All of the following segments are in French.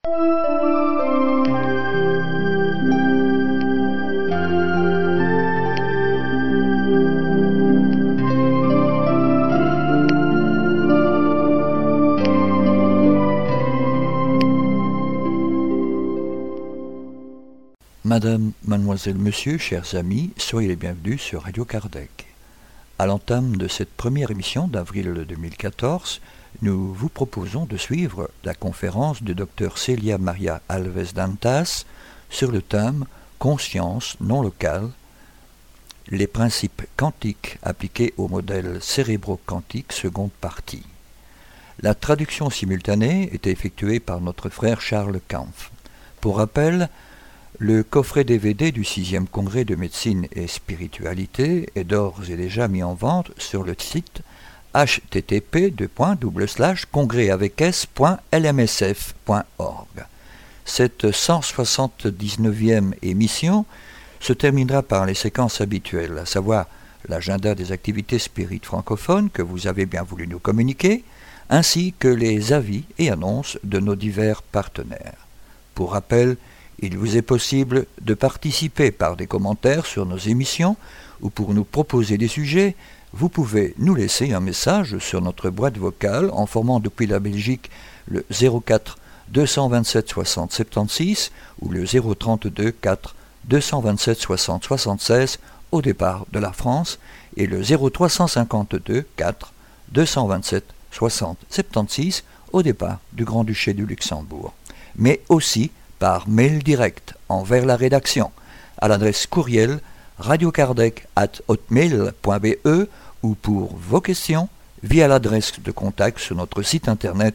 Madame, mademoiselle, monsieur, chers amis, soyez les bienvenus sur Radio Kardec. À l'entame de cette première émission d'avril 2014, nous vous proposons de suivre la conférence du Dr Célia Maria Alves Dantas sur le thème « Conscience non locale, les principes quantiques appliqués au modèle cérébro-quantique, seconde partie ». La traduction simultanée est effectuée par notre frère Charles Kampf. Pour rappel, le coffret DVD du 6e congrès de médecine et spiritualité est d'ores et déjà mis en vente sur le site http://congrès.lmsf.org. Cette 179e émission se terminera par les séquences habituelles, à savoir l'agenda des activités spirites francophones que vous avez bien voulu nous communiquer, ainsi que les avis et annonces de nos divers partenaires. Pour rappel, il vous est possible de participer par des commentaires sur nos émissions ou pour nous proposer des sujets, vous pouvez nous laisser un message sur notre boîte vocale en formant depuis la Belgique le 04 227 60 76 ou le 032 4 227 60 76 au départ de la France et le 0352 4 227 60 76 au départ du Grand-Duché du Luxembourg. Mais aussi par mail direct envers la rédaction à l'adresse courriel radiokardec@hotmail.be ou pour vos questions via l'adresse de contact sur notre site internet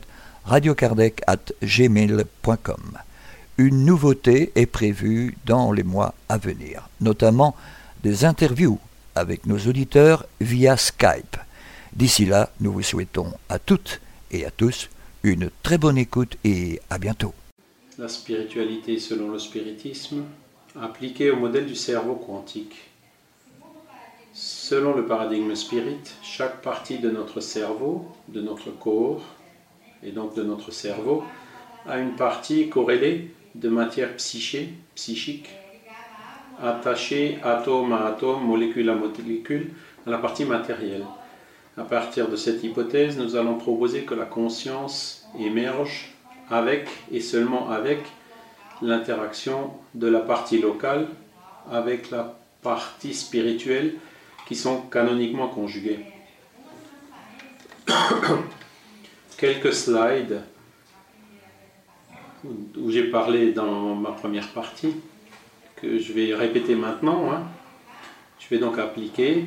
radiokardec@gmail.com. Une nouveauté est prévue dans les mois à venir, notamment des interviews avec nos auditeurs via Skype. D'ici là, nous vous souhaitons à toutes et à tous une très bonne écoute et à bientôt. La spiritualité selon le spiritisme, appliquée au modèle du cerveau quantique. Selon le paradigme spirit, chaque partie de notre cerveau, de notre corps, et donc de notre cerveau, a une partie corrélée de matière psychique, attachée atome à atome, molécule à molécule, à la partie matérielle. À partir de cette hypothèse, nous allons proposer que la conscience émerge avec et seulement avec l'interaction de la partie locale avec la partie spirituelle qui sont canoniquement conjuguées. Quelques slides où j'ai parlé dans ma première partie, que je vais répéter maintenant. Je vais donc appliquer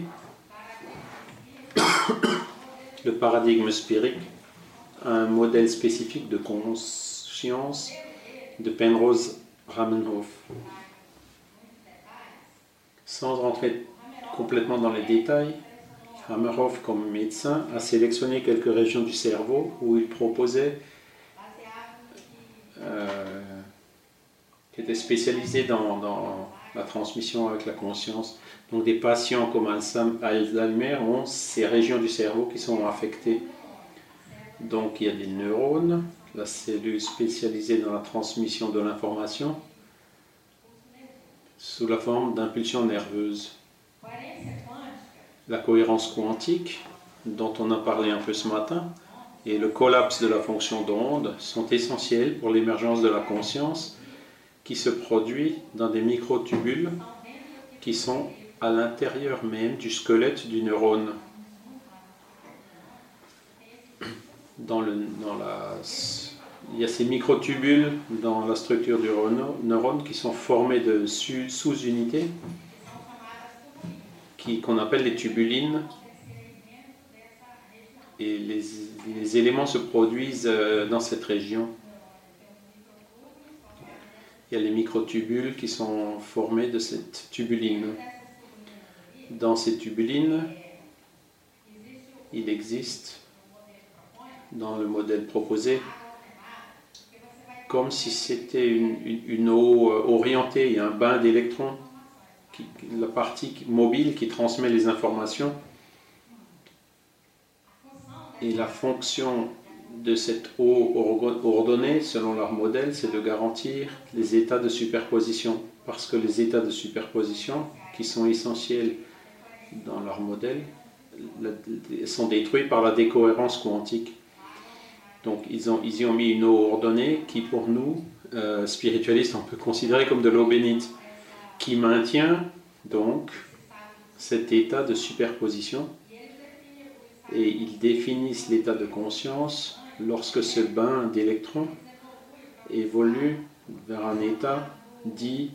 le paradigme spirit, un modèle spécifique de conscience de Penrose Ramenhoff. Sans rentrer complètement dans les détails, Ramenhoff, comme médecin, a sélectionné quelques régions du cerveau où il proposait, qui étaient spécialisés dans la transmission avec la conscience. Donc des patients comme Alzheimer ont ces régions du cerveau qui sont affectées. Donc il y a des neurones, la cellule spécialisée dans la transmission de l'information sous la forme d'impulsions nerveuses. La cohérence quantique, dont on a parlé un peu ce matin, et le collapse de la fonction d'onde sont essentiels pour l'émergence de la conscience qui se produit dans des microtubules qui sont à l'intérieur même du squelette du neurone. Il y a ces microtubules dans la structure du neurone qui sont formés de sous-unités qu'on appelle les tubulines. Et les éléments se produisent dans cette région. Il y a les microtubules qui sont formés de cette tubuline. Dans ces tubulines, il existe, dans le modèle proposé, comme si c'était une eau orientée, il y a un bain d'électrons, la partie mobile qui transmet les informations. Et la fonction de cette eau ordonnée, selon leur modèle, c'est de garantir les états de superposition. Parce que les états de superposition, qui sont essentiels dans leur modèle, sont détruits par la décohérence quantique. Donc ils y ont mis une eau ordonnée qui, pour nous, spiritualistes, on peut considérer comme de l'eau bénite, qui maintient donc cet état de superposition. Et ils définissent l'état de conscience lorsque ce bain d'électrons évolue vers un état dit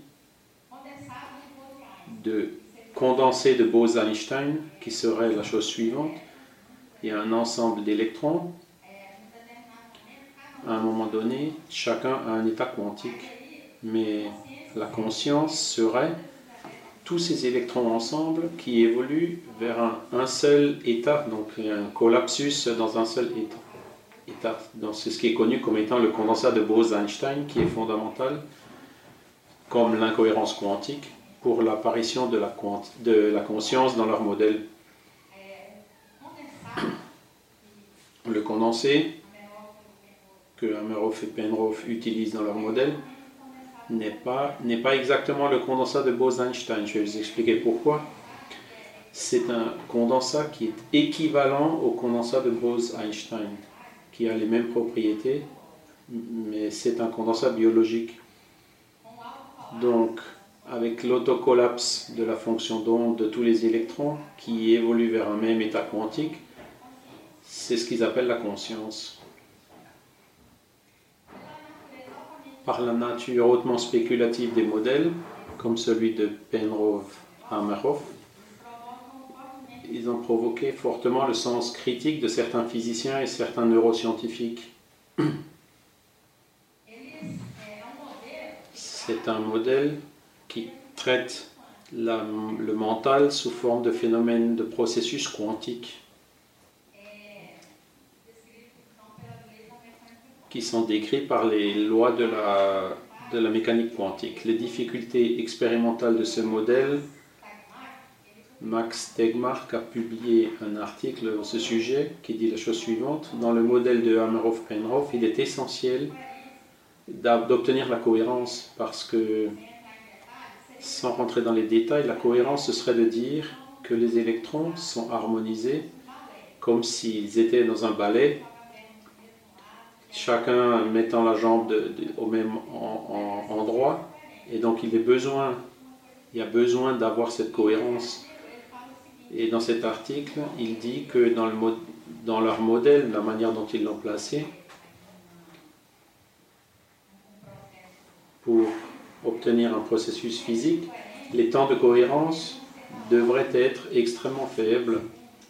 de condensé de Bose-Einstein, qui serait la chose suivante. Il y a un ensemble d'électrons. À un moment donné, chacun a un état quantique. Mais la conscience serait tous ces électrons ensemble qui évoluent vers un seul état, donc un collapsus dans un seul état. Donc c'est ce qui est connu comme étant le condensat de Bose-Einstein, qui est fondamental, comme l'incohérence quantique, pour l'apparition de la conscience dans leur modèle. Le condensé que Hameroff et Penrose utilisent dans leur modèle n'est pas exactement le condensat de Bose-Einstein. Je vais vous expliquer pourquoi. C'est un condensat qui est équivalent au condensat de Bose-Einstein, qui a les mêmes propriétés, mais c'est un condensat biologique. Donc, avec l'autocollapse de la fonction d'onde de tous les électrons qui évoluent vers un même état quantique, c'est ce qu'ils appellent la conscience. Par la nature hautement spéculative des modèles, comme celui de Penrose-Hameroff, ils ont provoqué fortement le sens critique de certains physiciens et certains neuroscientifiques. C'est un modèle qui traite le mental sous forme de phénomènes de processus quantiques qui sont décrits par les lois de la mécanique quantique. Les difficultés expérimentales de ce modèle, Max Tegmark a publié un article à ce sujet qui dit la chose suivante. Dans le modèle de Hameroff-Penrose, il est essentiel d'obtenir la cohérence, parce que, sans rentrer dans les détails, la cohérence, ce serait de dire que les électrons sont harmonisés comme s'ils étaient dans un ballet, chacun mettant la jambe au même endroit, et donc il y a besoin d'avoir cette cohérence. Et dans cet article, il dit que dans leur modèle, la manière dont ils l'ont placé, pour obtenir un processus physique, les temps de cohérence devraient être extrêmement faibles,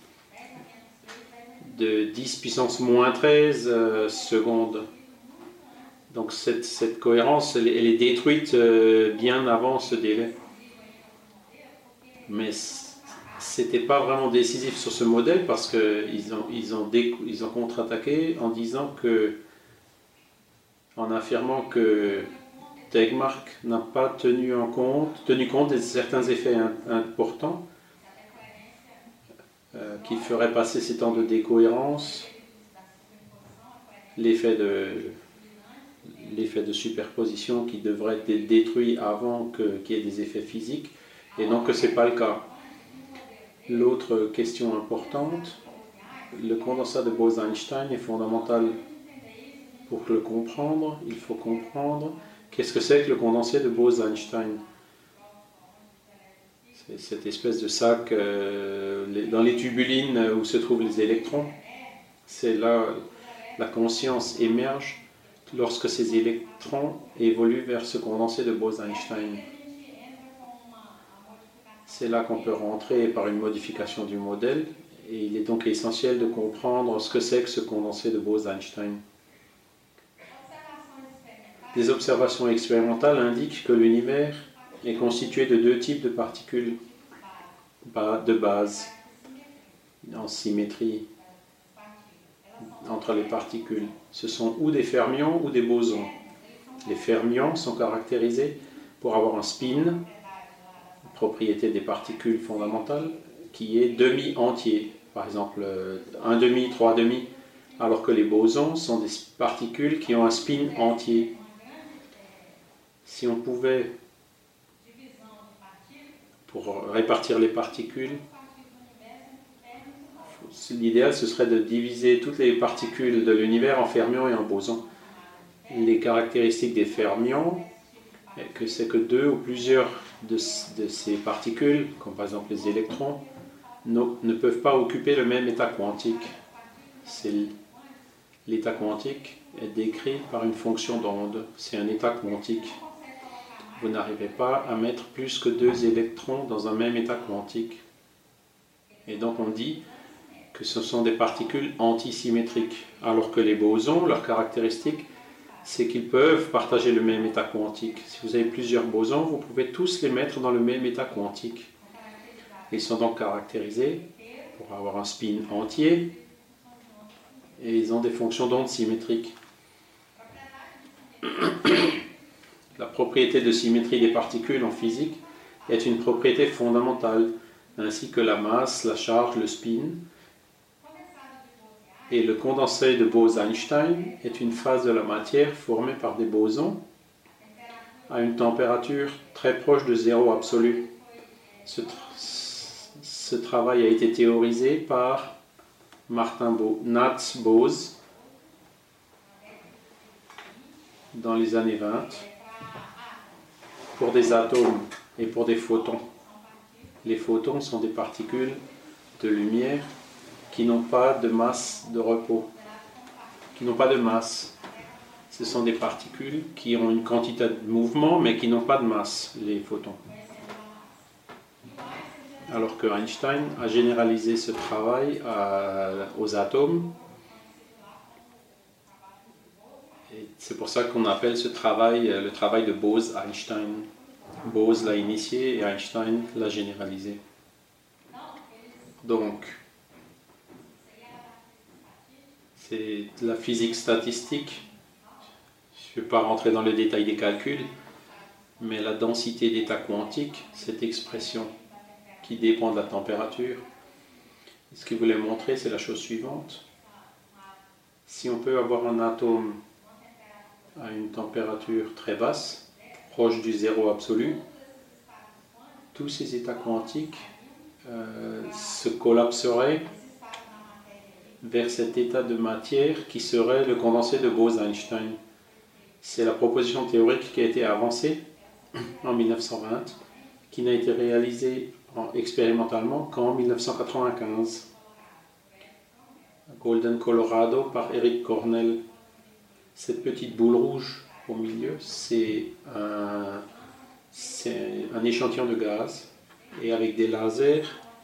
de 10 puissance moins 13 secondes. Donc cette cohérence, elle est détruite bien avant ce délai. Mais c'était pas vraiment décisif sur ce modèle, parce qu'ils ont contre-attaqué en affirmant que Tegmark n'a pas tenu compte de certains effets importants qui feraient passer ces temps de décohérence, l'effet de superposition qui devrait être détruit avant qu'il y ait des effets physiques, et donc que ce n'est pas le cas. L'autre question importante, le condensat de Bose-Einstein est fondamental. Pour le comprendre, il faut comprendre qu'est-ce que c'est que le condensé de Bose-Einstein. C'est cette espèce de sac dans les tubulines où se trouvent les électrons. C'est là la conscience émerge lorsque ces électrons évoluent vers ce condensé de Bose-Einstein. C'est là qu'on peut rentrer par une modification du modèle, et il est donc essentiel de comprendre ce que c'est que ce condensé de Bose-Einstein. Des observations expérimentales indiquent que l'univers est constitué de deux types de particules de base, en symétrie entre les particules. Ce sont ou des fermions ou des bosons. Les fermions sont caractérisés pour avoir un spin, propriété des particules fondamentales, qui est demi-entier. Par exemple, 1 demi, 3 demi. alors que les bosons sont des particules qui ont un spin entier. Si on pouvait, pour répartir les particules, l'idéal ce serait de diviser toutes les particules de l'univers en fermions et en bosons. Les caractéristiques des fermions, c'est que deux ou plusieurs de ces particules, comme par exemple les électrons, ne peuvent pas occuper le même état quantique. L'état quantique est décrit par une fonction d'onde, c'est un état quantique. Vous n'arrivez pas à mettre plus que deux électrons dans un même état quantique. Et donc on dit que ce sont des particules antisymétriques, alors que les bosons, leur caractéristique, c'est qu'ils peuvent partager le même état quantique. Si vous avez plusieurs bosons, vous pouvez tous les mettre dans le même état quantique. Ils sont donc caractérisés pour avoir un spin entier, et ils ont des fonctions d'onde symétriques. La propriété de symétrie des particules en physique est une propriété fondamentale, ainsi que la masse, la charge, le spin. Et le condensé de Bose-Einstein est une phase de la matière formée par des bosons à une température très proche de zéro absolu. Ce travail a été théorisé par Nats Bose dans les années 20 pour des atomes et pour des photons. Les photons sont des particules de lumière qui n'ont pas de masse de repos, qui n'ont pas de masse. Ce sont des particules qui ont une quantité de mouvement mais qui n'ont pas de masse, les photons. Alors que Einstein a généralisé ce travail aux atomes. Et c'est pour ça qu'on appelle ce travail le travail de Bose-Einstein. Bose l'a initié et Einstein l'a généralisé. Donc, c'est la physique statistique. Je ne vais pas rentrer dans le détail des calculs, mais la densité d'état quantique, cette expression qui dépend de la température. Ce qu'il voulait montrer, c'est la chose suivante. Si on peut avoir un atome à une température très basse, proche du zéro absolu, tous ces états quantiques se collapseraient vers cet état de matière qui serait le condensé de Bose-Einstein. C'est la proposition théorique qui a été avancée en 1920, qui n'a été réalisée expérimentalement qu'en 1995, à Golden, Colorado, par Eric Cornell. Cette petite boule rouge au milieu, c'est un échantillon de gaz, et avec des lasers,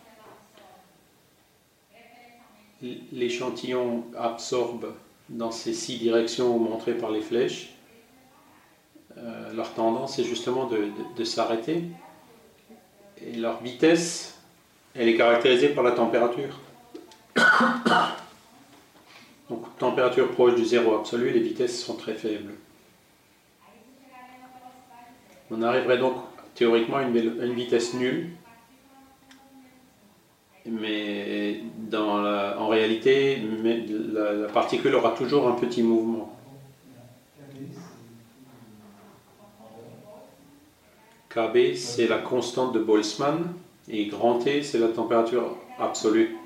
l'échantillon absorbe dans ces 6 directions montrées par les flèches. Leur tendance est justement de s'arrêter, et leur vitesse, elle est caractérisée par la température. Donc, température proche du zéro absolu, les vitesses sont très faibles. On arriverait donc théoriquement à une vitesse nulle, mais en réalité, la particule aura toujours un petit mouvement. Kb, c'est la constante de Boltzmann, et grand T, c'est la température absolue.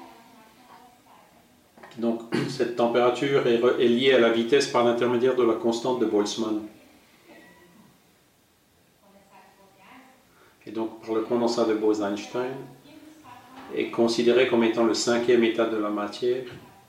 Donc, cette température est liée à la vitesse par l'intermédiaire de la constante de Boltzmann. Et donc, par le condensat de Bose-Einstein, est considéré comme étant le 5e état de la matière.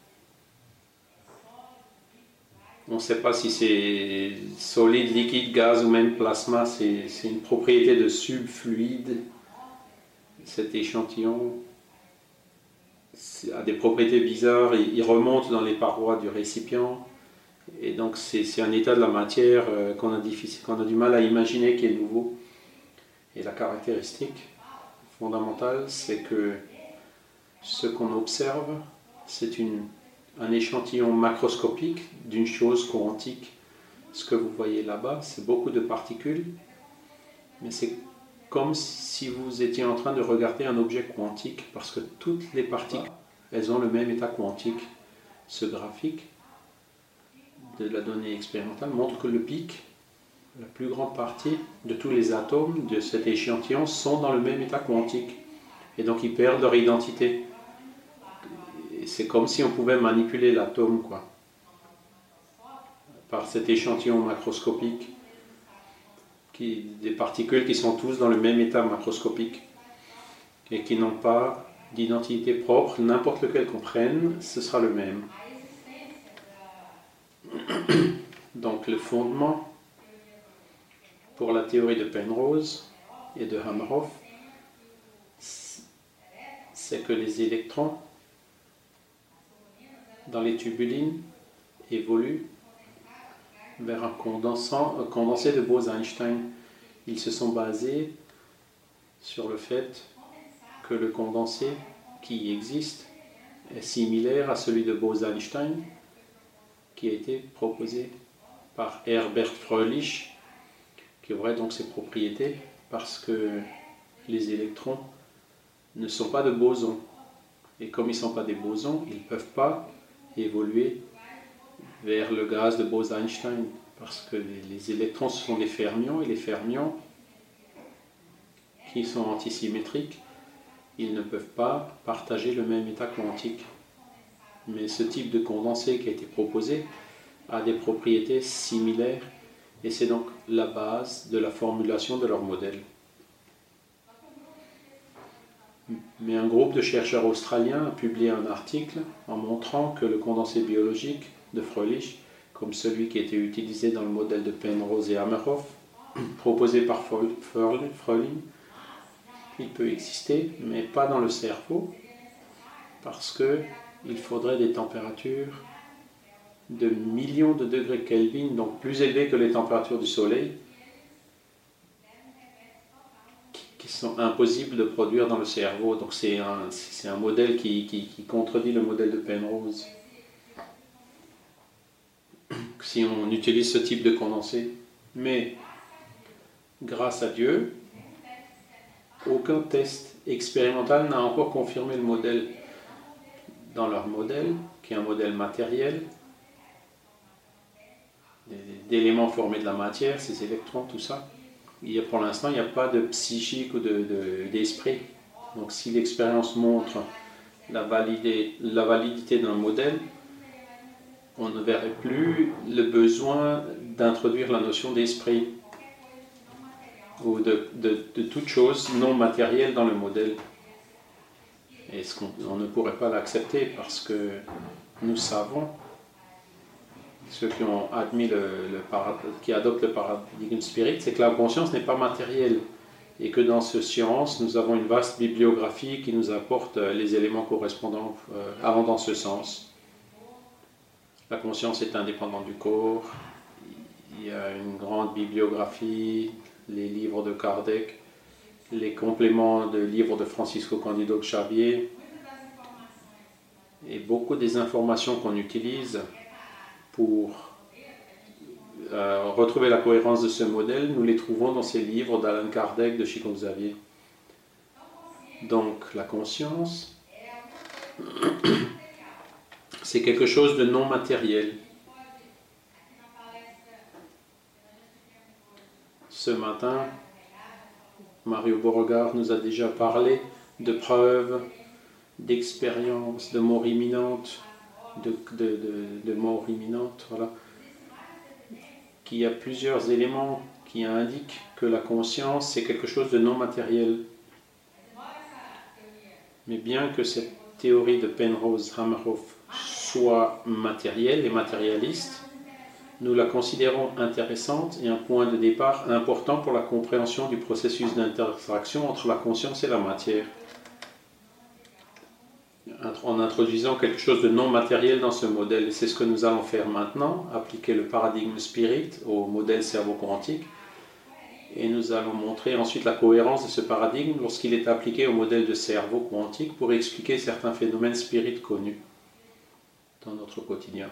On ne sait pas si c'est solide, liquide, gaz ou même plasma. C'est une propriété de subfluide. Cet échantillon a des propriétés bizarres. Il remonte dans les parois du récipient. Et donc c'est un état de la matière qu'on a du mal à imaginer qui est nouveau. Et la caractéristique fondamentale, c'est que ce qu'on observe, c'est un échantillon macroscopique d'une chose quantique. Ce que vous voyez là-bas, c'est beaucoup de particules, mais c'est comme si vous étiez en train de regarder un objet quantique, parce que toutes les particules, elles ont le même état quantique. ce graphique de la donnée expérimentale montre que le pic, la plus grande partie de tous les atomes de cet échantillon sont dans le même état quantique. Et donc ils perdent leur identité. C'est comme si on pouvait manipuler l'atome, quoi, par cet échantillon macroscopique, des particules qui sont tous dans le même état macroscopique et qui n'ont pas d'identité propre, n'importe lequel qu'on prenne, ce sera le même. Donc le fondement pour la théorie de Penrose et de Hameroff, c'est que les électrons dans les tubulines évoluent vers un condensé de Bose-Einstein. Ils se sont basés sur le fait que le condensé qui existe est similaire à celui de Bose-Einstein qui a été proposé par Herbert Fröhlich, qui aurait donc ses propriétés parce que les électrons ne sont pas de bosons. Et comme ils ne sont pas des bosons, ils ne peuvent pas évoluer vers le gaz de Bose-Einstein, parce que les électrons sont des fermions, et les fermions qui sont antisymétriques, ils ne peuvent pas partager le même état quantique. Mais ce type de condensé qui a été proposé a des propriétés similaires, et c'est donc la base de la formulation de leur modèle. Mais un groupe de chercheurs australiens a publié un article en montrant que le condensé biologique de Fröhlich, comme celui qui était utilisé dans le modèle de Penrose et Hameroff, proposé par Fröhlich, il peut exister, mais pas dans le cerveau, parce qu'il faudrait des températures de millions de degrés Kelvin, donc plus élevées que les températures du Soleil, qui sont impossibles de produire dans le cerveau. Donc c'est un modèle qui contredit le modèle de Penrose. Si on utilise ce type de condensé. Mais grâce à Dieu, aucun test expérimental n'a encore confirmé le modèle. Dans leur modèle, qui est un modèle matériel, d'éléments formés de la matière, ces électrons, tout ça, pour l'instant, il n'y a pas de psychique ou d'esprit. Donc si l'expérience montre la validité d'un modèle, on ne verrait plus le besoin d'introduire la notion d'esprit ou de toute chose non matérielle dans le modèle. Et on ne pourrait pas l'accepter parce que nous savons, ceux qui ont admis qui adoptent le paradigme spirit, c'est que la conscience n'est pas matérielle et que dans cette science, nous avons une vaste bibliographie qui nous apporte les éléments correspondants allant dans ce sens. La conscience est indépendante du corps, il y a une grande bibliographie, les livres de Kardec, les compléments de livres de Francisco Cândido Xavier, et beaucoup des informations qu'on utilise pour retrouver la cohérence de ce modèle, nous les trouvons dans ces livres d'Allan Kardec, de Chico Xavier. Donc la conscience, c'est quelque chose de non matériel. Ce matin, Mario Beauregard nous a déjà parlé de preuves, d'expériences, de mort imminente, de mort imminente, voilà. Qu'il y a plusieurs éléments qui indiquent que la conscience, c'est quelque chose de non matériel. Mais bien que cette théorie de Penrose-Hameroff soit matérielle et matérialiste, nous la considérons intéressante et un point de départ important pour la compréhension du processus d'interaction entre la conscience et la matière. En introduisant quelque chose de non matériel dans ce modèle. Et c'est ce que nous allons faire maintenant, appliquer le paradigme spirit au modèle cerveau quantique. Et nous allons montrer ensuite la cohérence de ce paradigme lorsqu'il est appliqué au modèle de cerveau quantique pour expliquer certains phénomènes spirit connus dans notre quotidien.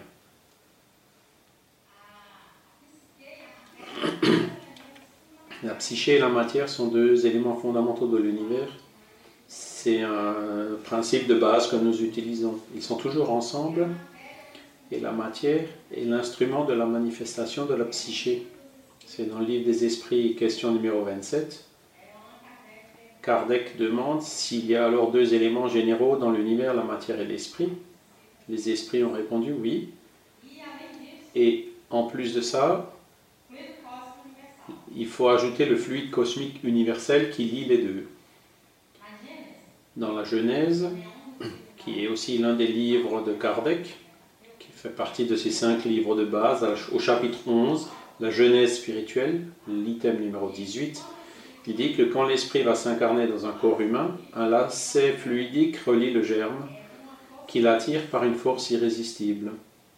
La psyché et la matière sont deux éléments fondamentaux de l'univers. C'est un principe de base que nous utilisons. Ils sont toujours ensemble, et la matière est l'instrument de la manifestation de la psyché. C'est dans le livre des esprits, question numéro 27. Kardec demande s'il y a alors deux éléments généraux dans l'univers, la matière et l'esprit. Les esprits ont répondu oui. Et en plus de ça, il faut ajouter le fluide cosmique universel qui lie les deux. Dans la Genèse, qui est aussi l'un des livres de Kardec, qui fait partie de ces 5 livres de base, au chapitre 11, la Genèse spirituelle, l'item numéro 18, il dit que quand l'esprit va s'incarner dans un corps humain, un lacet fluidique relie le germe, qui l'attire par une force irrésistible.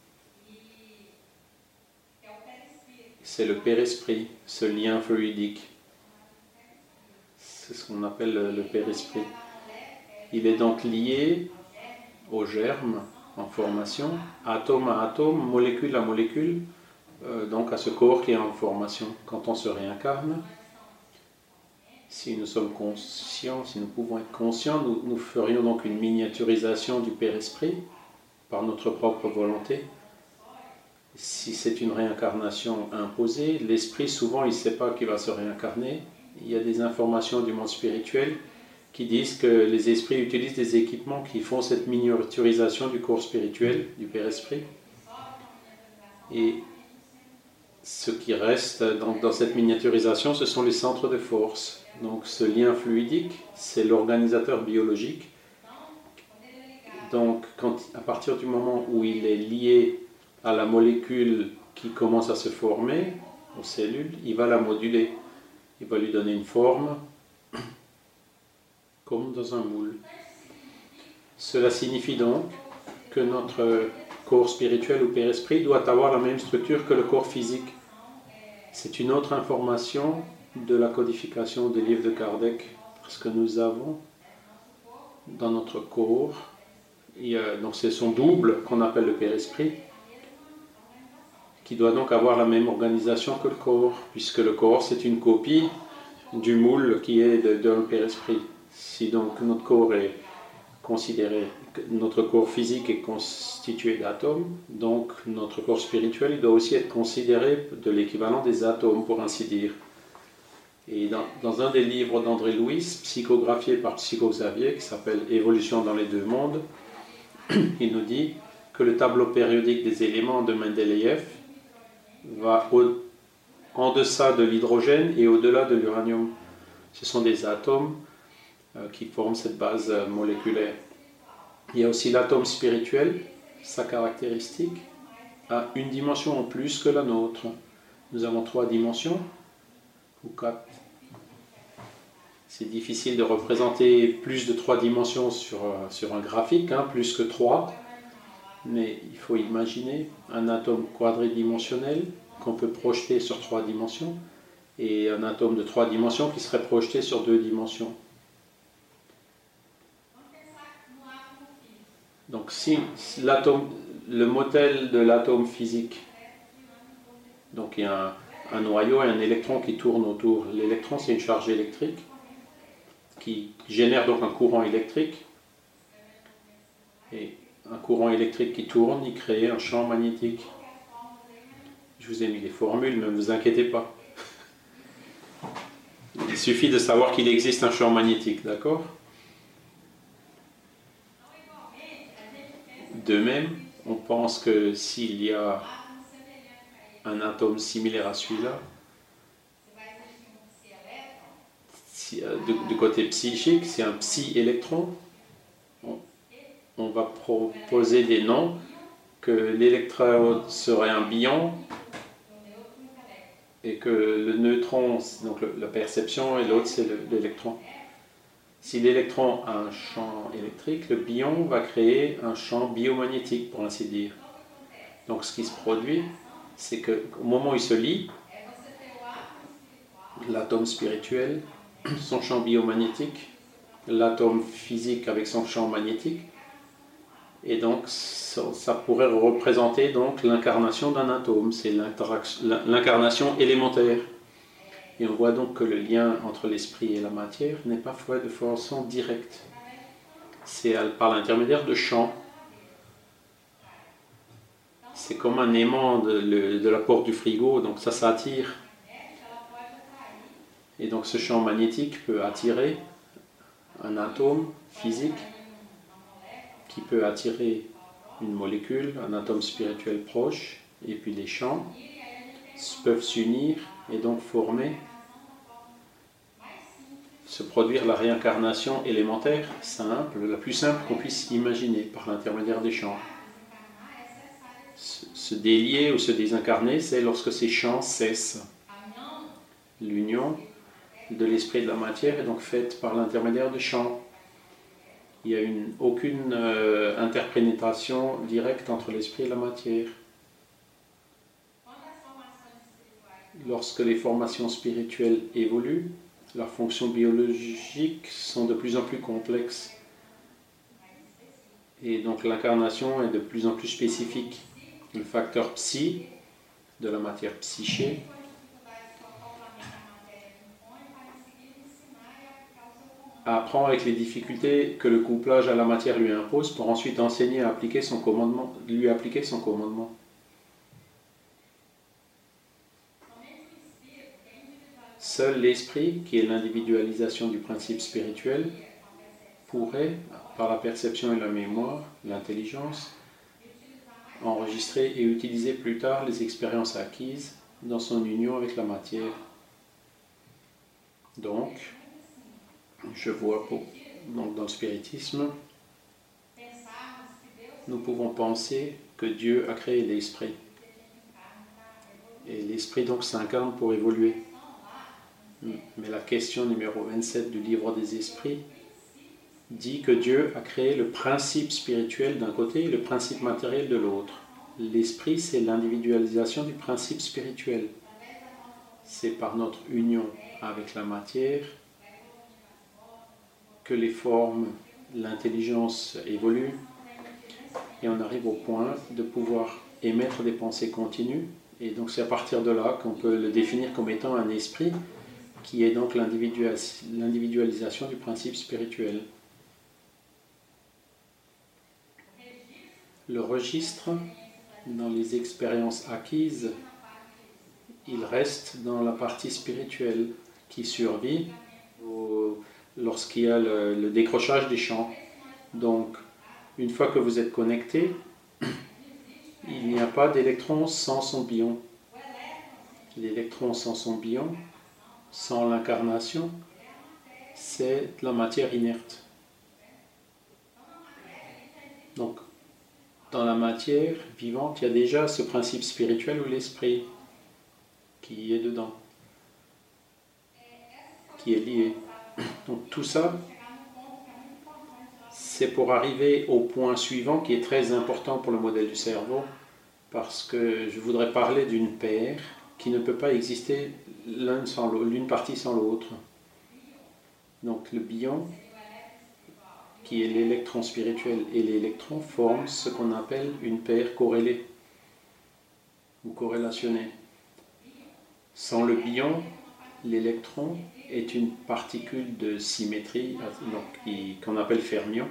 C'est le Père-Esprit, ce lien fluidique. C'est ce qu'on appelle le Père-Esprit. Il est donc lié au germe en formation, atome à atome, molécule à molécule, donc à ce corps qui est en formation. Quand on se réincarne, si nous sommes conscients, si nous pouvons être conscients, nous ferions donc une miniaturisation du Père-Esprit par notre propre volonté. Si c'est une réincarnation imposée, l'esprit souvent il ne sait pas qu'il va se réincarner. Il y a des informations du monde spirituel qui disent que les esprits utilisent des équipements qui font cette miniaturisation du corps spirituel, du Père-Esprit. Et ce qui reste dans cette miniaturisation, ce sont les centres de force. Donc ce lien fluidique, c'est l'organisateur biologique. Donc à partir du moment où il est lié à la molécule qui commence à se former, aux cellules, il va la moduler. Il va lui donner une forme, comme dans un moule. Cela signifie donc que notre corps spirituel ou Père-Esprit doit avoir la même structure que le corps physique. C'est une autre information de la codification des livres de Kardec, parce que nous avons dans notre corps, donc c'est son double qu'on appelle le Père-Esprit, qui doit donc avoir la même organisation que le corps, puisque le corps c'est une copie du moule qui est dans le Père-Esprit. Si donc notre corps est considéré, notre corps physique est constitué d'atomes, donc notre corps spirituel il doit aussi être considéré de l'équivalent des atomes, pour ainsi dire. Et dans un des livres d'André Louis, psychographié par Psycho Xavier, qui s'appelle Évolution dans les deux mondes, il nous dit que le tableau périodique des éléments de Mendeleïev va en deçà de l'hydrogène et au-delà de l'uranium. Ce sont des atomes qui forment cette base moléculaire. Il y a aussi l'atome spirituel, sa caractéristique a une dimension en plus que la nôtre. Nous avons 3 dimensions, ou 4. C'est difficile de représenter plus de 3 dimensions sur un graphique, plus que 3. Mais il faut imaginer un atome quadridimensionnel qu'on peut projeter sur 3 dimensions et un atome de 3 dimensions qui serait projeté sur 2 dimensions. Donc si le modèle de l'atome physique, donc il y a un noyau et un électron qui tournent autour. L'électron c'est une charge électrique qui génère donc un courant électrique. Et un courant électrique qui tourne, il crée un champ magnétique. Je vous ai mis les formules, mais ne vous inquiétez pas. Il suffit de savoir qu'il existe un champ magnétique, d'accord ? De même, on pense que s'il y a un atome similaire à celui-là, du côté psychique, c'est un psi-électron, on va proposer des noms, que l'électrode serait un bion et que le neutron, donc la perception, et l'autre c'est l'électron. Si l'électron a un champ électrique, le bion va créer un champ biomagnétique, pour ainsi dire. Donc ce qui se produit, c'est qu'au moment où il se lie, l'atome spirituel, son champ biomagnétique, l'atome physique avec son champ magnétique, et donc ça pourrait représenter donc l'incarnation d'un atome, c'est l'incarnation élémentaire. Et on voit donc que le lien entre l'esprit et la matière n'est pas fait de façon directe. C'est par l'intermédiaire de champs. c'est comme un aimant de la porte du frigo, donc ça attire. Et donc ce champ magnétique peut attirer un atome physique qui peut attirer une molécule, un atome spirituel proche, et puis les champs peuvent s'unir et donc se produire la réincarnation élémentaire, simple, la plus simple qu'on puisse imaginer par l'intermédiaire des champs. Se délier ou se désincarner, c'est lorsque ces champs cessent. L'union de l'esprit et de la matière est donc faite par l'intermédiaire des champs. Il n'y a aucune interpénétration directe entre l'esprit et la matière. Lorsque les formations spirituelles évoluent, leurs fonctions biologiques sont de plus en plus complexes. Et donc l'incarnation est de plus en plus spécifique. Le facteur psy, de la matière psyché, apprend avec les difficultés que le couplage à la matière lui impose pour ensuite enseigner à lui appliquer son commandement. Seul l'esprit, qui est l'individualisation du principe spirituel, pourrait, par la perception et la mémoire, l'intelligence, enregistrer et utiliser plus tard les expériences acquises dans son union avec la matière. Donc, je vois dans le spiritisme, nous pouvons penser que Dieu a créé l'esprit. Et l'esprit donc s'incarne pour évoluer. Mais la question numéro 27 du livre des esprits dit que Dieu a créé le principe spirituel d'un côté et le principe matériel de l'autre. L'esprit, c'est l'individualisation du principe spirituel. C'est par notre union avec la matière que les formes, l'intelligence évoluent et on arrive au point de pouvoir émettre des pensées continues. Et donc c'est à partir de là qu'on peut le définir comme étant un esprit qui est donc l'individualisation du principe spirituel. Le registre, dans les expériences acquises, il reste dans la partie spirituelle qui survit lorsqu'il y a le décrochage des champs. Donc, une fois que vous êtes connecté, il n'y a pas d'électron sans son bion. L'électron sans son bion, sans l'incarnation, c'est de la matière inerte. Donc, dans la matière vivante, il y a déjà ce principe spirituel ou l'esprit qui est dedans, qui est lié. Donc tout ça, c'est pour arriver au point suivant qui est très important pour le modèle du cerveau, parce que je voudrais parler d'une paire qui ne peut pas exister l'une partie sans l'autre. Donc le bion, qui est l'électron spirituel et l'électron, forment ce qu'on appelle une paire corrélée ou corrélationnée. Sans le bion, l'électron est une particule de symétrie qu'on appelle fermion.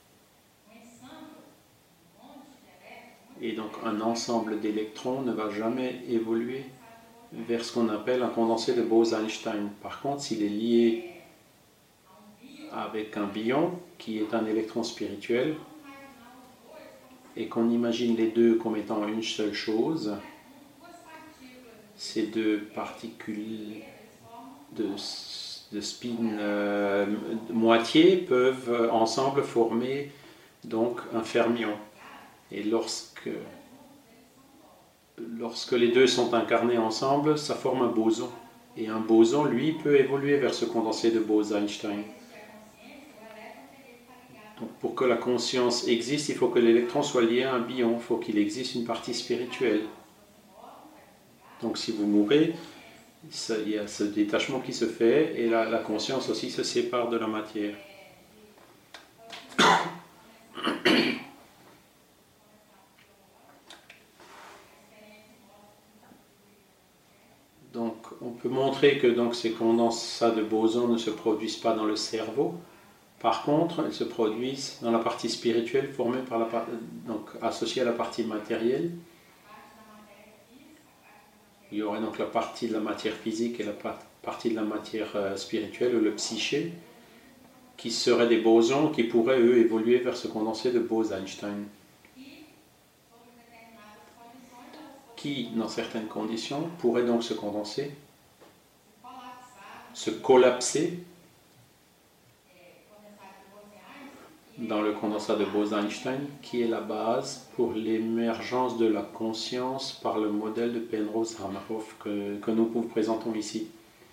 Et donc un ensemble d'électrons ne va jamais évoluer vers ce qu'on appelle un condensé de Bose-Einstein. Par contre, s'il est lié avec un bion, qui est un électron spirituel, et qu'on imagine les deux comme étant une seule chose, ces deux particules de spin moitié peuvent ensemble former donc un fermion. Et lorsque les deux sont incarnés ensemble, ça forme un boson. Et un boson, lui, peut évoluer vers ce condensé de Bose-Einstein. Donc pour que la conscience existe, il faut que l'électron soit lié à un bion, il faut qu'il existe une partie spirituelle. Donc si vous mourrez, il y a ce détachement qui se fait et la conscience aussi se sépare de la matière. Donc on peut montrer que donc, ces condensats de boson ne se produisent pas dans le cerveau. Par contre, elles se produisent dans la partie spirituelle formée donc associée à la partie matérielle. Il y aurait donc la partie de la matière physique et la partie de la matière spirituelle, ou le psyché, qui seraient des bosons qui pourraient, eux, évoluer vers ce condensé de Bose-Einstein, qui, dans certaines conditions, pourraient donc se condenser, se collapser dans le condensat de Bose-Einstein, qui est la base pour l'émergence de la conscience par le modèle de Penrose-Hameroff que nous vous présentons ici.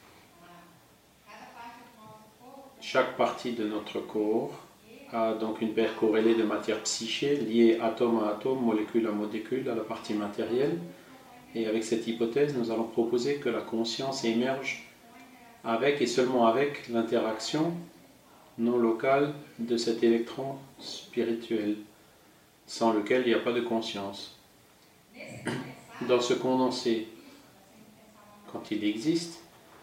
Chaque partie de notre corps a donc une paire corrélée de matière psyché liée atome à atome, molécule à molécule à la partie matérielle. Et avec cette hypothèse, nous allons proposer que la conscience émerge avec et seulement avec l'interaction non locale de cet électron spirituel, sans lequel il n'y a pas de conscience. Dans ce condensé, quand il existe,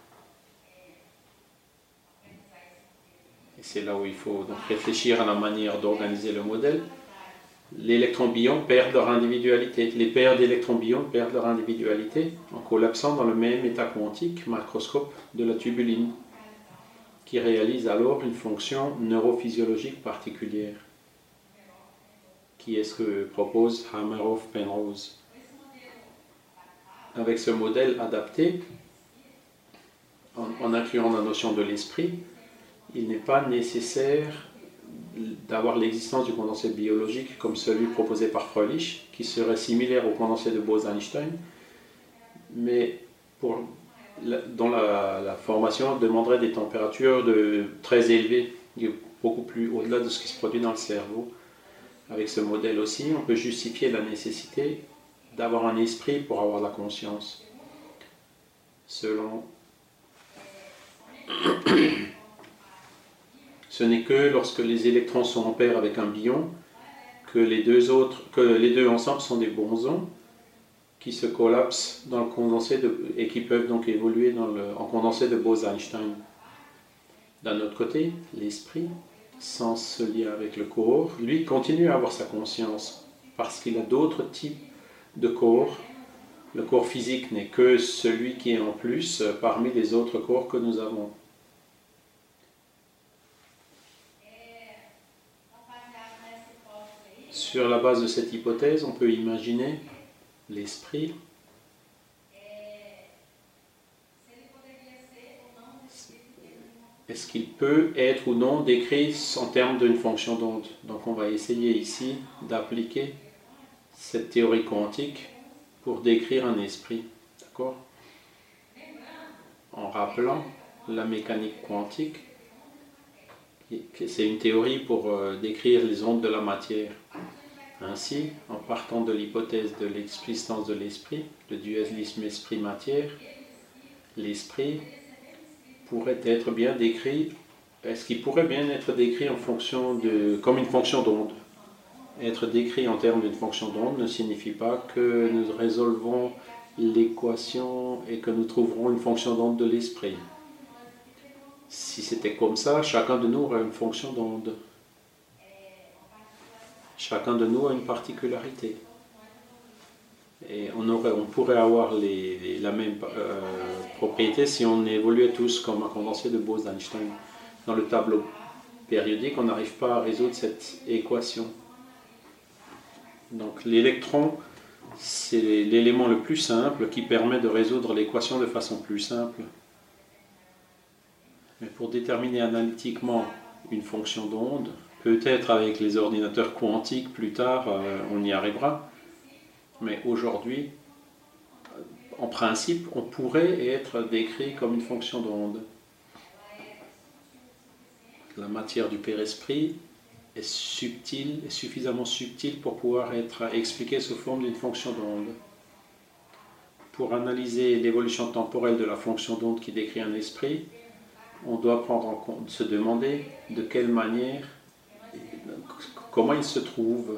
et c'est là où il faut donc réfléchir à la manière d'organiser le modèle, les électrons-bions perdent leur individualité. Les paires d'électrons-bions perdent leur individualité en collapsant dans le même état quantique macroscope de la tubuline, qui réalise alors une fonction neurophysiologique particulière, qui est ce que propose Hameroff-Penrose. Avec ce modèle adapté, en incluant la notion de l'esprit, il n'est pas nécessaire d'avoir l'existence du condensé biologique comme celui proposé par Fröhlich, qui serait similaire au condensé de Bose-Einstein, mais dont la formation demanderait des températures très élevées, beaucoup plus au-delà de ce qui se produit dans le cerveau. Avec ce modèle aussi, on peut justifier la nécessité d'avoir un esprit pour avoir la conscience. Ce n'est que lorsque les électrons sont en paire avec un bion que les deux ensemble sont des bosons qui se collapsent dans le condensé et qui peuvent donc évoluer en condensé de Bose-Einstein. D'un autre côté, l'esprit, sans ce lien avec le corps, lui continue à avoir sa conscience parce qu'il a d'autres types de corps. Le corps physique n'est que celui qui est en plus parmi les autres corps que nous avons. Sur la base de cette hypothèse, on peut imaginer l'esprit est-ce qu'il peut être ou non décrit en termes d'une fonction d'onde. Donc on va essayer ici d'appliquer cette théorie quantique pour décrire un esprit, d'accord ? En rappelant la mécanique quantique, c'est une théorie pour décrire les ondes de la matière. Ainsi, en partant de l'hypothèse de l'existence de l'esprit, le dualisme esprit-matière, l'esprit pourrait être bien décrit, est-ce qu'il pourrait bien être décrit comme une fonction d'onde ? Être décrit en termes d'une fonction d'onde ne signifie pas que nous résolvons l'équation et que nous trouverons une fonction d'onde de l'esprit. Si c'était comme ça, chacun de nous aurait une fonction d'onde. Chacun de nous a une particularité. Et on pourrait avoir la même propriété si on évoluait tous comme un condensé de Bose-Einstein. Dans le tableau périodique, on n'arrive pas à résoudre cette équation. Donc l'électron, c'est l'élément le plus simple qui permet de résoudre l'équation de façon plus simple. Mais pour déterminer analytiquement une fonction d'onde, peut-être avec les ordinateurs quantiques plus tard, on y arrivera. Mais aujourd'hui, en principe, on pourrait être décrit comme une fonction d'onde. La matière du Père-Esprit est subtile, est suffisamment subtile pour pouvoir être expliquée sous forme d'une fonction d'onde. Pour analyser l'évolution temporelle de la fonction d'onde qui décrit un esprit, on doit prendre en compte, se demander de quelle manière, comment il se trouve.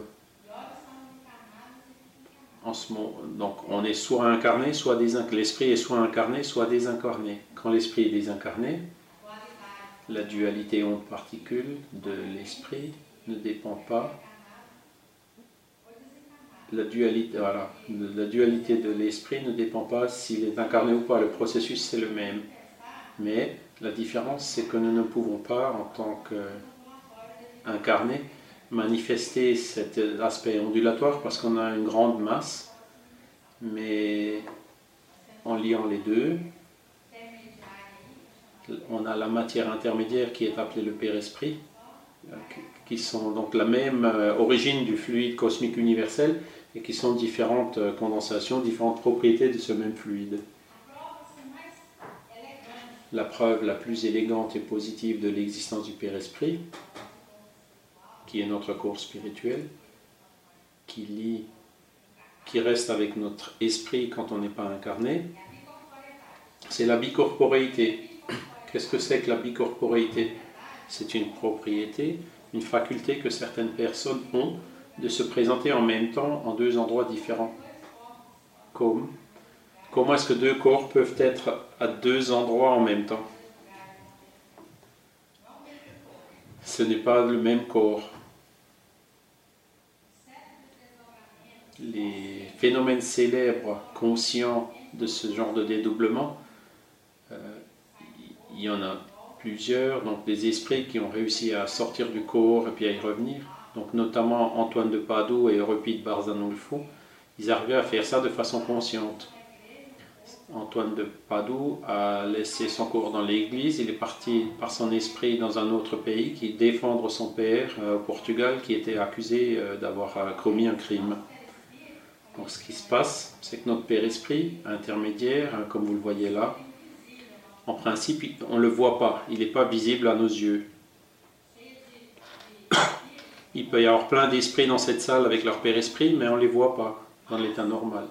Donc on est soit incarné, soit désincarné. L'esprit est soit incarné, soit désincarné. Quand l'esprit est désincarné, la dualité onde-particule de l'esprit ne dépend pas la dualité, voilà, la dualité de l'esprit ne dépend pas s'il est incarné ou pas. Le processus, c'est le même. Mais la différence, c'est que nous ne pouvons pas, en tant qu'incarné, manifester cet aspect ondulatoire parce qu'on a une grande masse. Mais en liant les deux, on a la matière intermédiaire qui est appelée le Père-Esprit, qui sont donc la même origine du fluide cosmique universel et qui sont différentes condensations, différentes propriétés de ce même fluide. La preuve la plus élégante et positive de l'existence du Père-Esprit, qui est notre corps spirituel, qui reste avec notre esprit quand on n'est pas incarné, c'est la bicorporéité. Qu'est-ce que c'est que la bicorporéité? C'est une propriété, une faculté que certaines personnes ont de se présenter en même temps en deux endroits différents. Comment est-ce que deux corps peuvent être à deux endroits en même temps? Ce n'est pas le même corps. Les phénomènes célèbres conscients de ce genre de dédoublement, il y en a plusieurs, donc des esprits qui ont réussi à sortir du corps et puis à y revenir. Donc notamment Antoine de Padoue et Euripide Barzanulfo, ils arrivaient à faire ça de façon consciente. Antoine de Padoue a laissé son corps dans l'église, il est parti par son esprit dans un autre pays qui défendre son père au Portugal qui était accusé d'avoir commis un crime. Donc ce qui se passe, c'est que notre Père-Esprit intermédiaire, comme vous le voyez là, en principe, on ne le voit pas, il n'est pas visible à nos yeux. Il peut y avoir plein d'esprits dans cette salle avec leur Père-Esprit, mais on ne les voit pas dans l'état normal.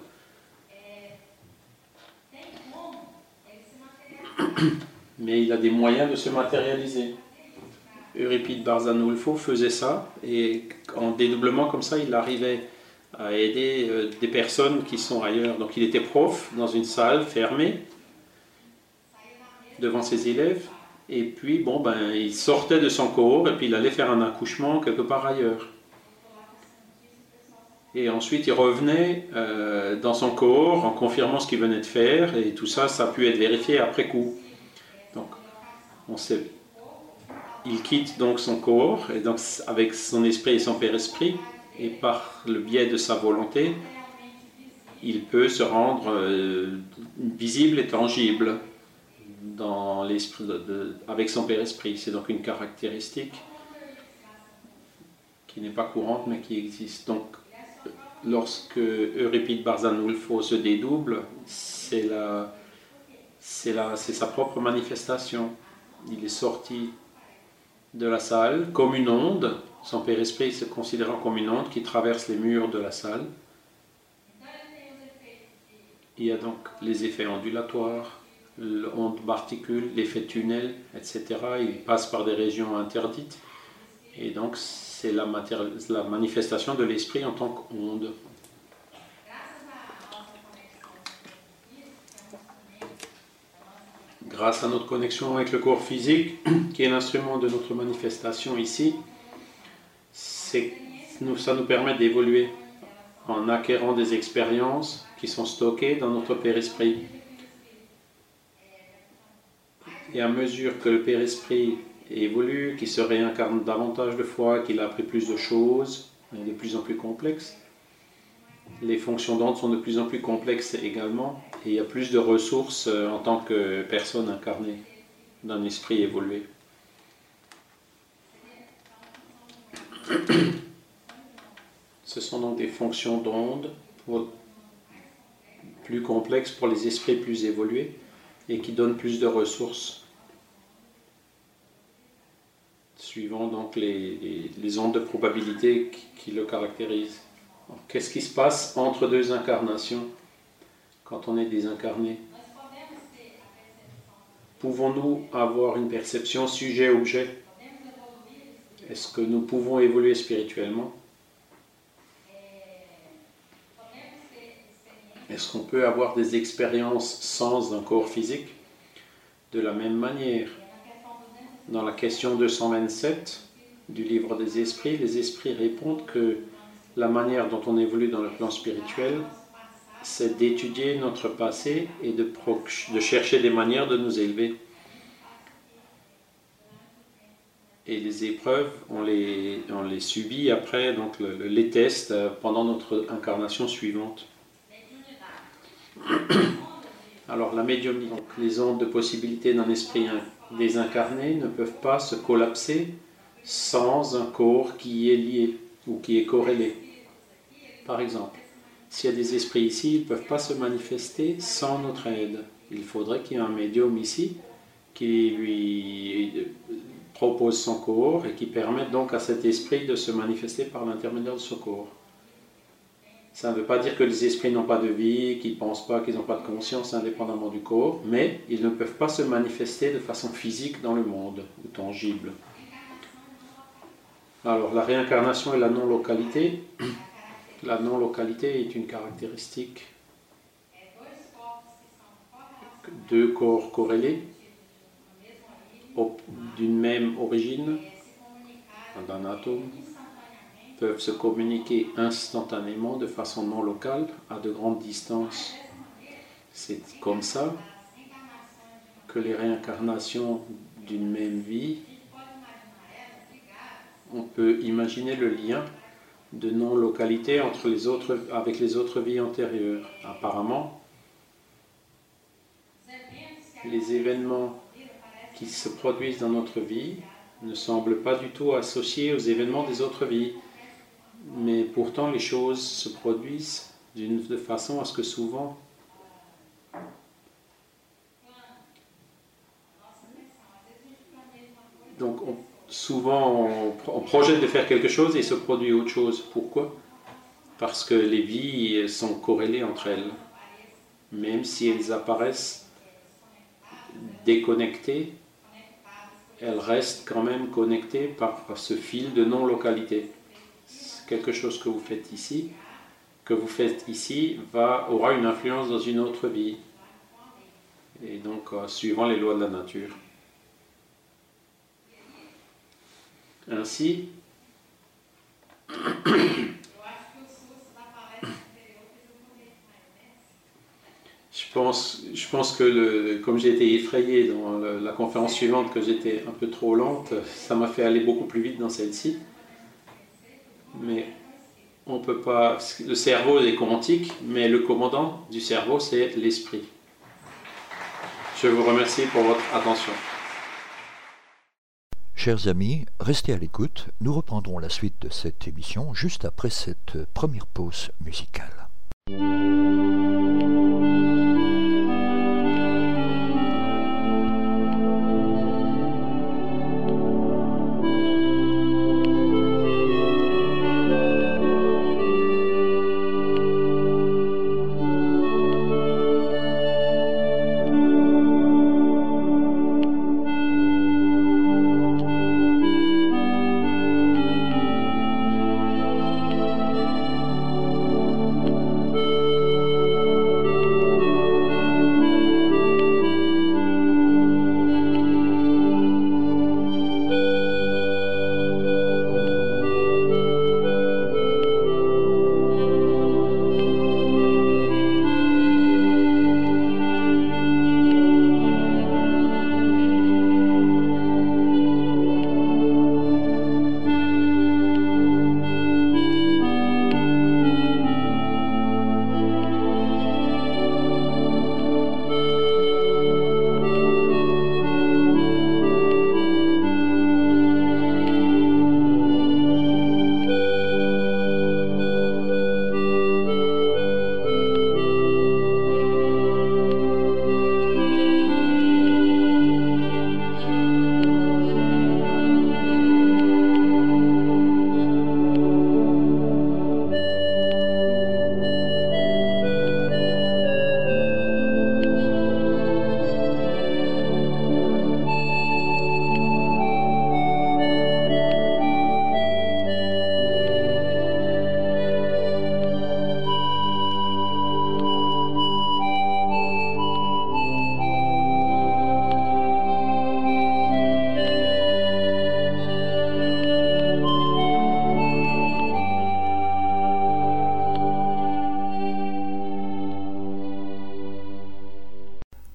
Mais il a des moyens de se matérialiser. Euripide Barzanulfo faisait ça, et en dédoublement comme ça, il arrivait à aider des personnes qui sont ailleurs. Donc il était prof dans une salle fermée, devant ses élèves, et puis il sortait de son corps, et puis il allait faire un accouchement quelque part ailleurs. Et ensuite il revenait dans son corps en confirmant ce qu'il venait de faire, et tout ça, ça a pu être vérifié après coup. Donc il quitte donc son corps, et donc avec son esprit et son Père-Esprit, et par le biais de sa volonté, il peut se rendre visible et tangible dans l'esprit avec son Père-Esprit. C'est donc une caractéristique qui n'est pas courante mais qui existe. Donc lorsque Euripide Barzanulfo se dédouble, c'est sa propre manifestation. Il est sorti de la salle comme une onde, son Père-Esprit se considérant comme une onde qui traverse les murs de la salle. Il y a donc les effets ondulatoires, l'onde particule, l'effet tunnel, etc. Il passe par des régions interdites. Et donc c'est la manifestation de l'esprit en tant qu'onde. Grâce à notre connexion avec le corps physique, qui est l'instrument de notre manifestation ici, ça nous permet d'évoluer en acquérant des expériences qui sont stockées dans notre Père-Esprit. Et à mesure que le Père-Esprit évolue, qu'il se réincarne davantage de fois, qu'il a appris plus de choses, de plus en plus complexes, les fonctions d'onde sont de plus en plus complexes également, et il y a plus de ressources en tant que personne incarnée d'un esprit évolué. Ce sont donc des fonctions d'onde plus complexes pour les esprits plus évolués et qui donnent plus de ressources, suivant donc les ondes de probabilité qui le caractérisent. Alors, qu'est-ce qui se passe entre deux incarnations quand on est désincarné? Pouvons-nous avoir une perception sujet-objet? Est-ce que nous pouvons évoluer spirituellement? Est-ce qu'on peut avoir des expériences sans un corps physique? De la même manière, dans la question 227 du livre des esprits, les esprits répondent que la manière dont on évolue dans le plan spirituel, c'est d'étudier notre passé et de chercher des manières de nous élever. Et les épreuves, on les subit après, donc les tests pendant notre incarnation suivante. Alors la médiumnité, donc les ondes de possibilité d'un esprit désincarné ne peuvent pas se collapser sans un corps qui y est lié ou qui est corrélé. Par exemple, s'il y a des esprits ici, ils ne peuvent pas se manifester sans notre aide. Il faudrait qu'il y ait un médium ici qui lui propose son corps et qui permette donc à cet esprit de se manifester par l'intermédiaire de ce corps. Ça ne veut pas dire que les esprits n'ont pas de vie, qu'ils ne pensent pas, qu'ils n'ont pas de conscience indépendamment du corps, mais ils ne peuvent pas se manifester de façon physique dans le monde, ou tangible. Alors, la réincarnation et la non-localité. La non-localité est une caractéristique de deux corps corrélés, d'une même origine, d'un atome, peuvent se communiquer instantanément de façon non locale à de grandes distances. C'est comme ça que les réincarnations d'une même vie, on peut imaginer le lien de non-localité avec les autres vies antérieures. Apparemment, les événements qui se produisent dans notre vie ne semblent pas du tout associés aux événements des autres vies. Mais pourtant, les choses se produisent de façon à ce que souvent, on projette de faire quelque chose et il se produit autre chose. Pourquoi ? Parce que les vies sont corrélées entre elles. Même si elles apparaissent déconnectées, elles restent quand même connectées par ce fil de non-localité. Quelque chose que vous faites ici, aura une influence dans une autre vie. Et donc, suivant les lois de la nature. Ainsi, je pense que comme j'ai été effrayé dans la conférence suivante, que j'étais un peu trop lente, ça m'a fait aller beaucoup plus vite dans celle-ci. Mais on peut pas. Le cerveau est quantique, mais le commandant du cerveau, c'est l'esprit. Je vous remercie pour votre attention. Chers amis, restez à l'écoute. Nous reprendrons la suite de cette émission juste après cette première pause musicale.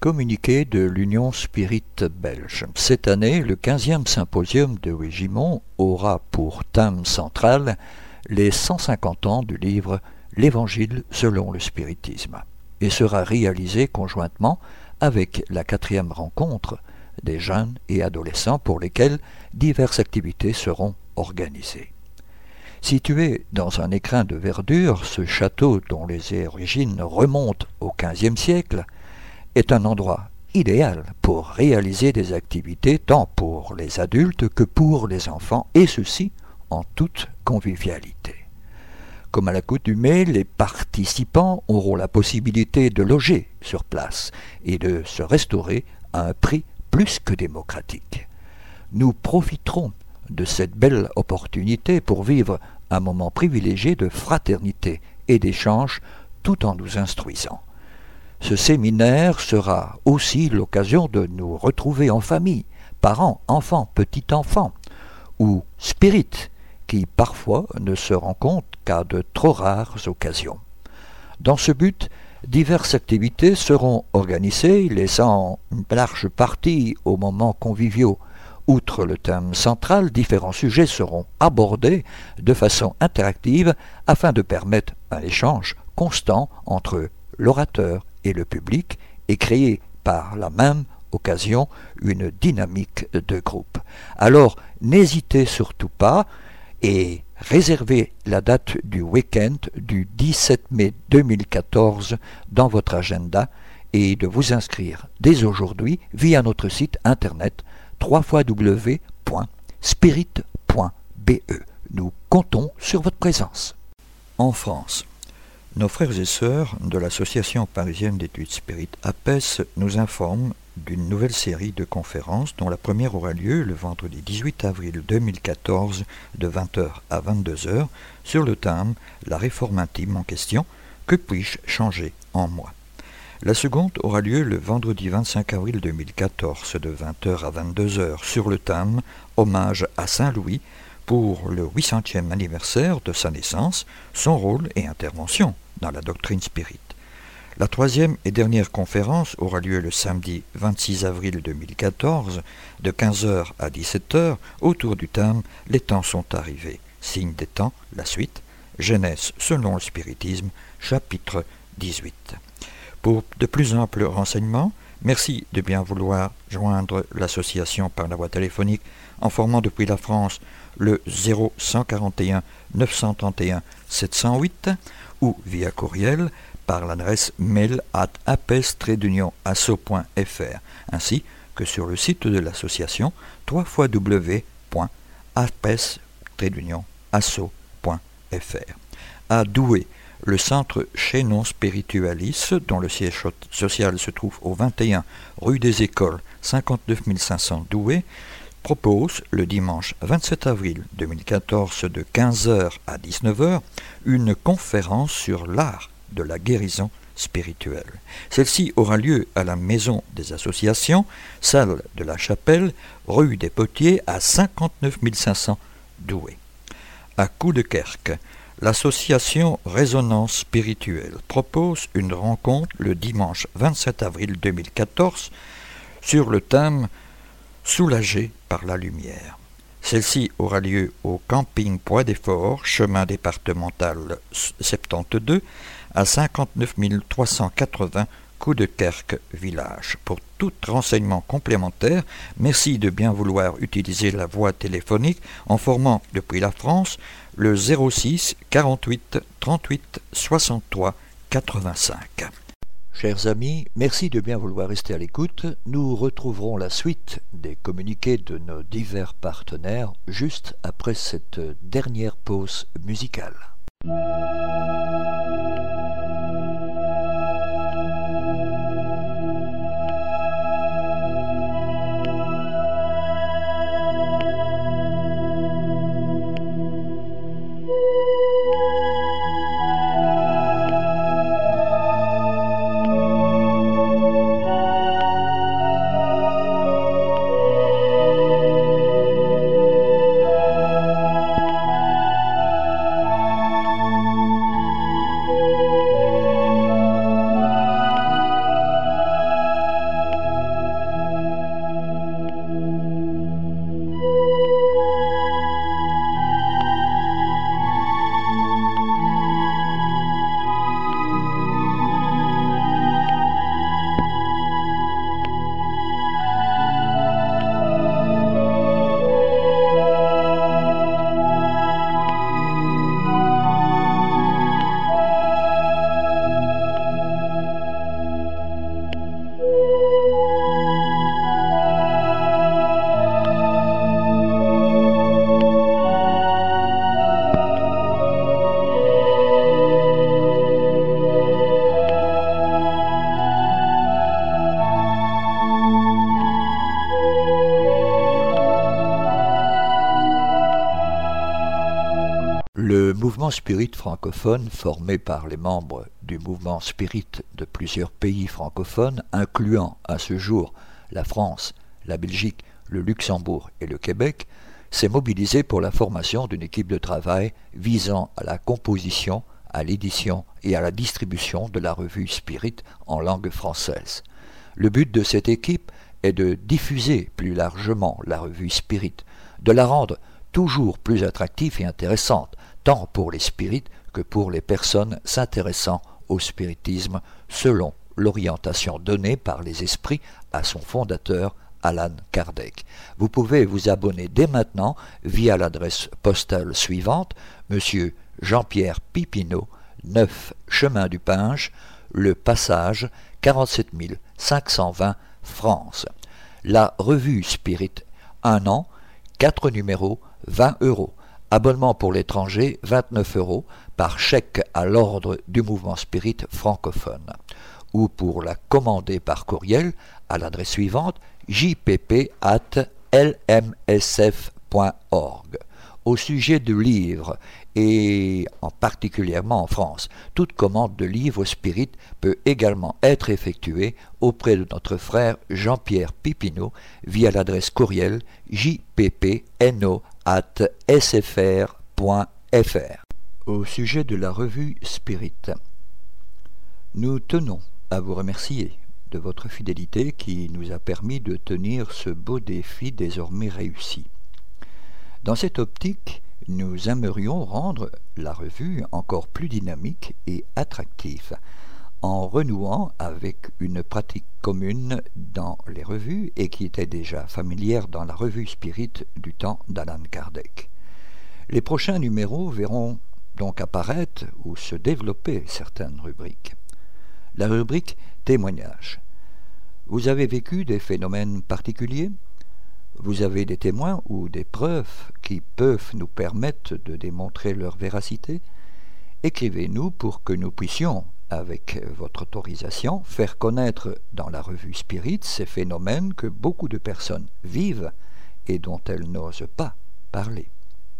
communiqué de l'Union Spirit belge. Cette année, le 15e symposium de Wigimont aura pour thème central les 150 ans du livre L'Évangile selon le spiritisme et sera réalisé conjointement avec la 4e rencontre des jeunes et adolescents pour lesquels diverses activités seront organisées. Situé dans un écrin de verdure, ce château dont les origines remontent au XVe siècle est un endroit idéal pour réaliser des activités tant pour les adultes que pour les enfants, et ceci en toute convivialité. Comme à l'accoutumée, les participants auront la possibilité de loger sur place et de se restaurer à un prix plus que démocratique. Nous profiterons de cette belle opportunité pour vivre un moment privilégié de fraternité et d'échange tout en nous instruisant. Ce séminaire sera aussi l'occasion de nous retrouver en famille, parents, enfants, petits-enfants, ou spirites, qui parfois ne se rencontrent qu'à de trop rares occasions. Dans ce but, diverses activités seront organisées, laissant une large partie aux moments conviviaux. Outre le thème central, différents sujets seront abordés de façon interactive afin de permettre un échange constant entre l'orateur et le public et créer par la même occasion une dynamique de groupe. Alors, n'hésitez surtout pas et réservez la date du week-end du 17 mai 2014 dans votre agenda et de vous inscrire dès aujourd'hui via notre site internet www.spirit.be. Nous comptons sur votre présence. En France, nos frères et sœurs de l'Association parisienne d'études Spirit APES nous informent d'une nouvelle série de conférences dont la première aura lieu le vendredi 18 avril 2014 de 20h à 22h sur le thème « La réforme intime en question, que puis-je changer en moi ?» La seconde aura lieu le vendredi 25 avril 2014 de 20h à 22h sur le thème « Hommage à Saint-Louis » pour le 800e anniversaire de sa naissance, son rôle et intervention dans la doctrine spirit. La troisième et dernière conférence aura lieu le samedi 26 avril 2014 de 15h à 17h autour du thème « Les temps sont arrivés, signe des temps, la suite, Genèse selon le spiritisme, chapitre 18 ». Pour de plus amples renseignements, merci de bien vouloir joindre l'association par la voie téléphonique en formant depuis la France le 0141 931 708 ou via courriel par l'adresse mail@apes-asso.fr ainsi que sur le site de l'association www.apes-asso.fr. À Douai, le centre Chaînon Spiritualis, dont le siège social se trouve au 21 rue des Écoles, 59 500 Douai, propose le dimanche 27 avril 2014 de 15h à 19h une conférence sur l'art de la guérison spirituelle. Celle-ci aura lieu à la Maison des Associations, salle de la Chapelle, rue des Potiers à 59 500 Douai. À Coudekerque, l'association Résonance Spirituelle propose une rencontre le dimanche 27 avril 2014 sur le thème « Soulagé par la lumière ». Celle-ci aura lieu au camping Poix des Forts, chemin départemental 72, à 59 380 Coudekerque village. Pour tout renseignement complémentaire, merci de bien vouloir utiliser la voie téléphonique en formant depuis la France le 06 48 38 63 85. Chers amis, merci de bien vouloir rester à l'écoute. Nous retrouverons la suite des communiqués de nos divers partenaires juste après cette dernière pause musicale. mouvement spirit francophone, formé par les membres du mouvement spirit de plusieurs pays francophones, incluant à ce jour la France, la Belgique, le Luxembourg et le Québec, s'est mobilisé pour la formation d'une équipe de travail visant à la composition, à l'édition et à la distribution de la revue Spirit en langue française. Le but de cette équipe est de diffuser plus largement la revue Spirit, de la rendre toujours plus attractive et intéressante, tant pour les spirites que pour les personnes s'intéressant au spiritisme, selon l'orientation donnée par les esprits à son fondateur, Allan Kardec. Vous pouvez vous abonner dès maintenant via l'adresse postale suivante, Monsieur Jean-Pierre Pipineau, 9 Chemin du Pinge, Le Passage, 47 520, France. La revue Spirit, 1 an, 4 numéros, 20 €. Abonnement pour l'étranger, 29 € par chèque à l'ordre du mouvement Spirit francophone. Ou pour la commander par courriel à l'adresse suivante, jpp@lmsf.org. Au sujet de livres, et en particulièrement en France, toute commande de livre Spirit peut également être effectuée auprès de notre frère Jean-Pierre Pipineau via l'adresse courriel jppno@sfr.fr. Au sujet de la revue Spirit, nous tenons à vous remercier de votre fidélité qui nous a permis de tenir ce beau défi désormais réussi. Dans cette optique, nous aimerions rendre la revue encore plus dynamique et attractive, en renouant avec une pratique commune dans les revues et qui était déjà familière dans la revue Spirit du temps d'Allan Kardec. Les prochains numéros verront donc apparaître ou se développer certaines rubriques. La rubrique témoignages. Vous avez vécu des phénomènes particuliers ? Vous avez des témoins ou des preuves qui peuvent nous permettre de démontrer leur véracité ? Écrivez-nous pour que nous puissions, avec votre autorisation, faire connaître dans la revue Spirit ces phénomènes que beaucoup de personnes vivent et dont elles n'osent pas parler.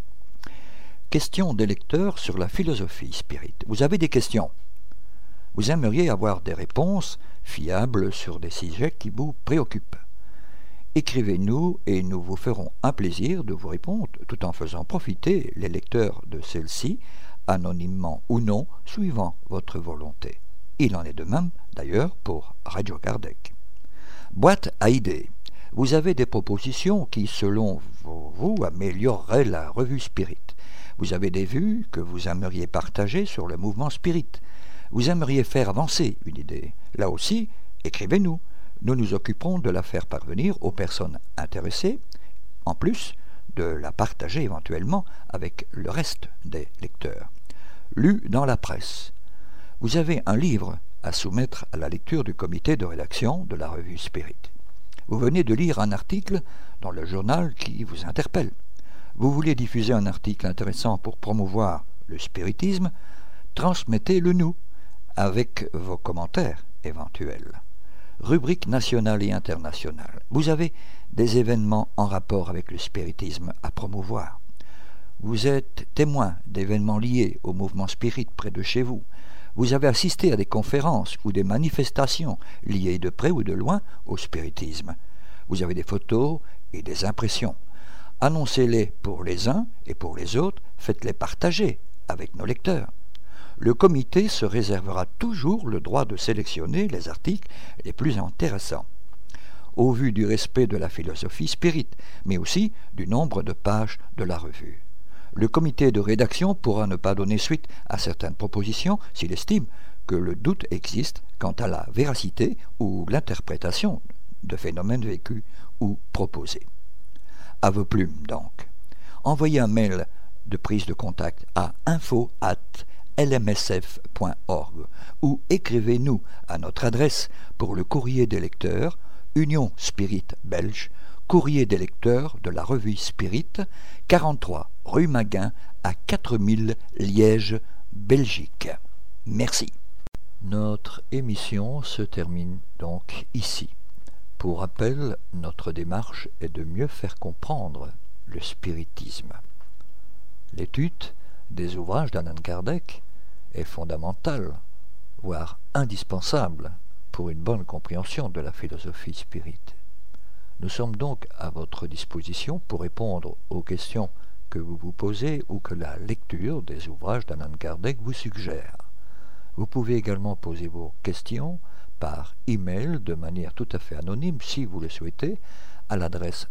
Questions des lecteurs sur la philosophie Spirit. Vous avez des questions ? Vous aimeriez avoir des réponses fiables sur des sujets qui vous préoccupent. Écrivez-nous et nous vous ferons un plaisir de vous répondre tout en faisant profiter les lecteurs de celle-ci, anonymement ou non, suivant votre volonté. Il en est de même, d'ailleurs, pour Radio Kardec. Boîte à idées. Vous avez des propositions qui, selon vous, amélioreraient la revue Spirit. Vous avez des vues que vous aimeriez partager sur le mouvement Spirit. Vous aimeriez faire avancer une idée. Là aussi, écrivez-nous. Nous nous occuperons de la faire parvenir aux personnes intéressées, en plus de la partager éventuellement avec le reste des lecteurs. Lu dans la presse. Vous avez un livre à soumettre à la lecture du comité de rédaction de la revue Spirit. Vous venez de lire un article dans le journal qui vous interpelle. Vous voulez diffuser un article intéressant pour promouvoir le spiritisme, transmettez-le nous avec vos commentaires éventuels. Rubrique nationale et internationale. Vous avez des événements en rapport avec le spiritisme à promouvoir. Vous êtes témoin d'événements liés au mouvement spirit près de chez vous. Vous avez assisté à des conférences ou des manifestations liées de près ou de loin au spiritisme. Vous avez des photos et des impressions. Annoncez-les pour les uns et pour les autres, faites-les partager avec nos lecteurs. Le comité se réservera toujours le droit de sélectionner les articles les plus intéressants, au vu du respect de la philosophie spirit, mais aussi du nombre de pages de la revue. Le comité de rédaction pourra ne pas donner suite à certaines propositions s'il estime que le doute existe quant à la véracité ou l'interprétation de phénomènes vécus ou proposés. À vos plumes donc. Envoyez un mail de prise de contact à info@lmsf.org ou écrivez-nous à notre adresse pour le courrier des lecteurs, Union Spirit Belge, courrier des lecteurs de la revue Spirit, 43 rue Maguin à 4000 Liège, Belgique. Merci. Notre émission se termine donc ici. Pour rappel, notre démarche est de mieux faire comprendre le spiritisme. L'étude, des ouvrages d'Allan Kardec est fondamentale, voire indispensable pour une bonne compréhension de la philosophie spirite. Nous sommes donc à votre disposition pour répondre aux questions que vous vous posez ou que la lecture des ouvrages d'Allan Kardec vous suggère. Vous pouvez également poser vos questions par email de manière tout à fait anonyme si vous le souhaitez à l'adresse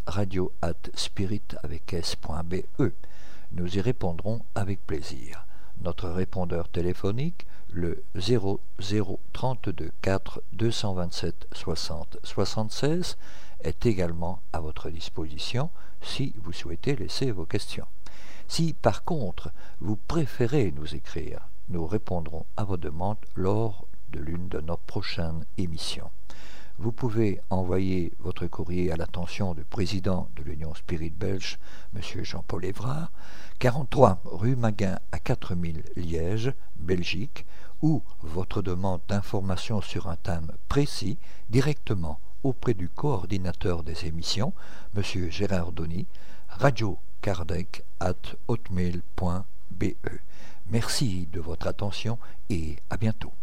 radio@spirit.be. Nous y répondrons avec plaisir. Notre répondeur téléphonique, le 0032 4 227 60 76, est également à votre disposition si vous souhaitez laisser vos questions. Si par contre vous préférez nous écrire, nous répondrons à vos demandes lors de l'une de nos prochaines émissions. Vous pouvez envoyer votre courrier à l'attention du président de l'Union Spirit Belge, M. Jean-Paul Évrard, 43 rue Maguin à 4000 Liège, Belgique, ou votre demande d'information sur un thème précis directement auprès du coordinateur des émissions, M. Gérard Donny, radiokardec@hotmail.be. Merci de votre attention et à bientôt.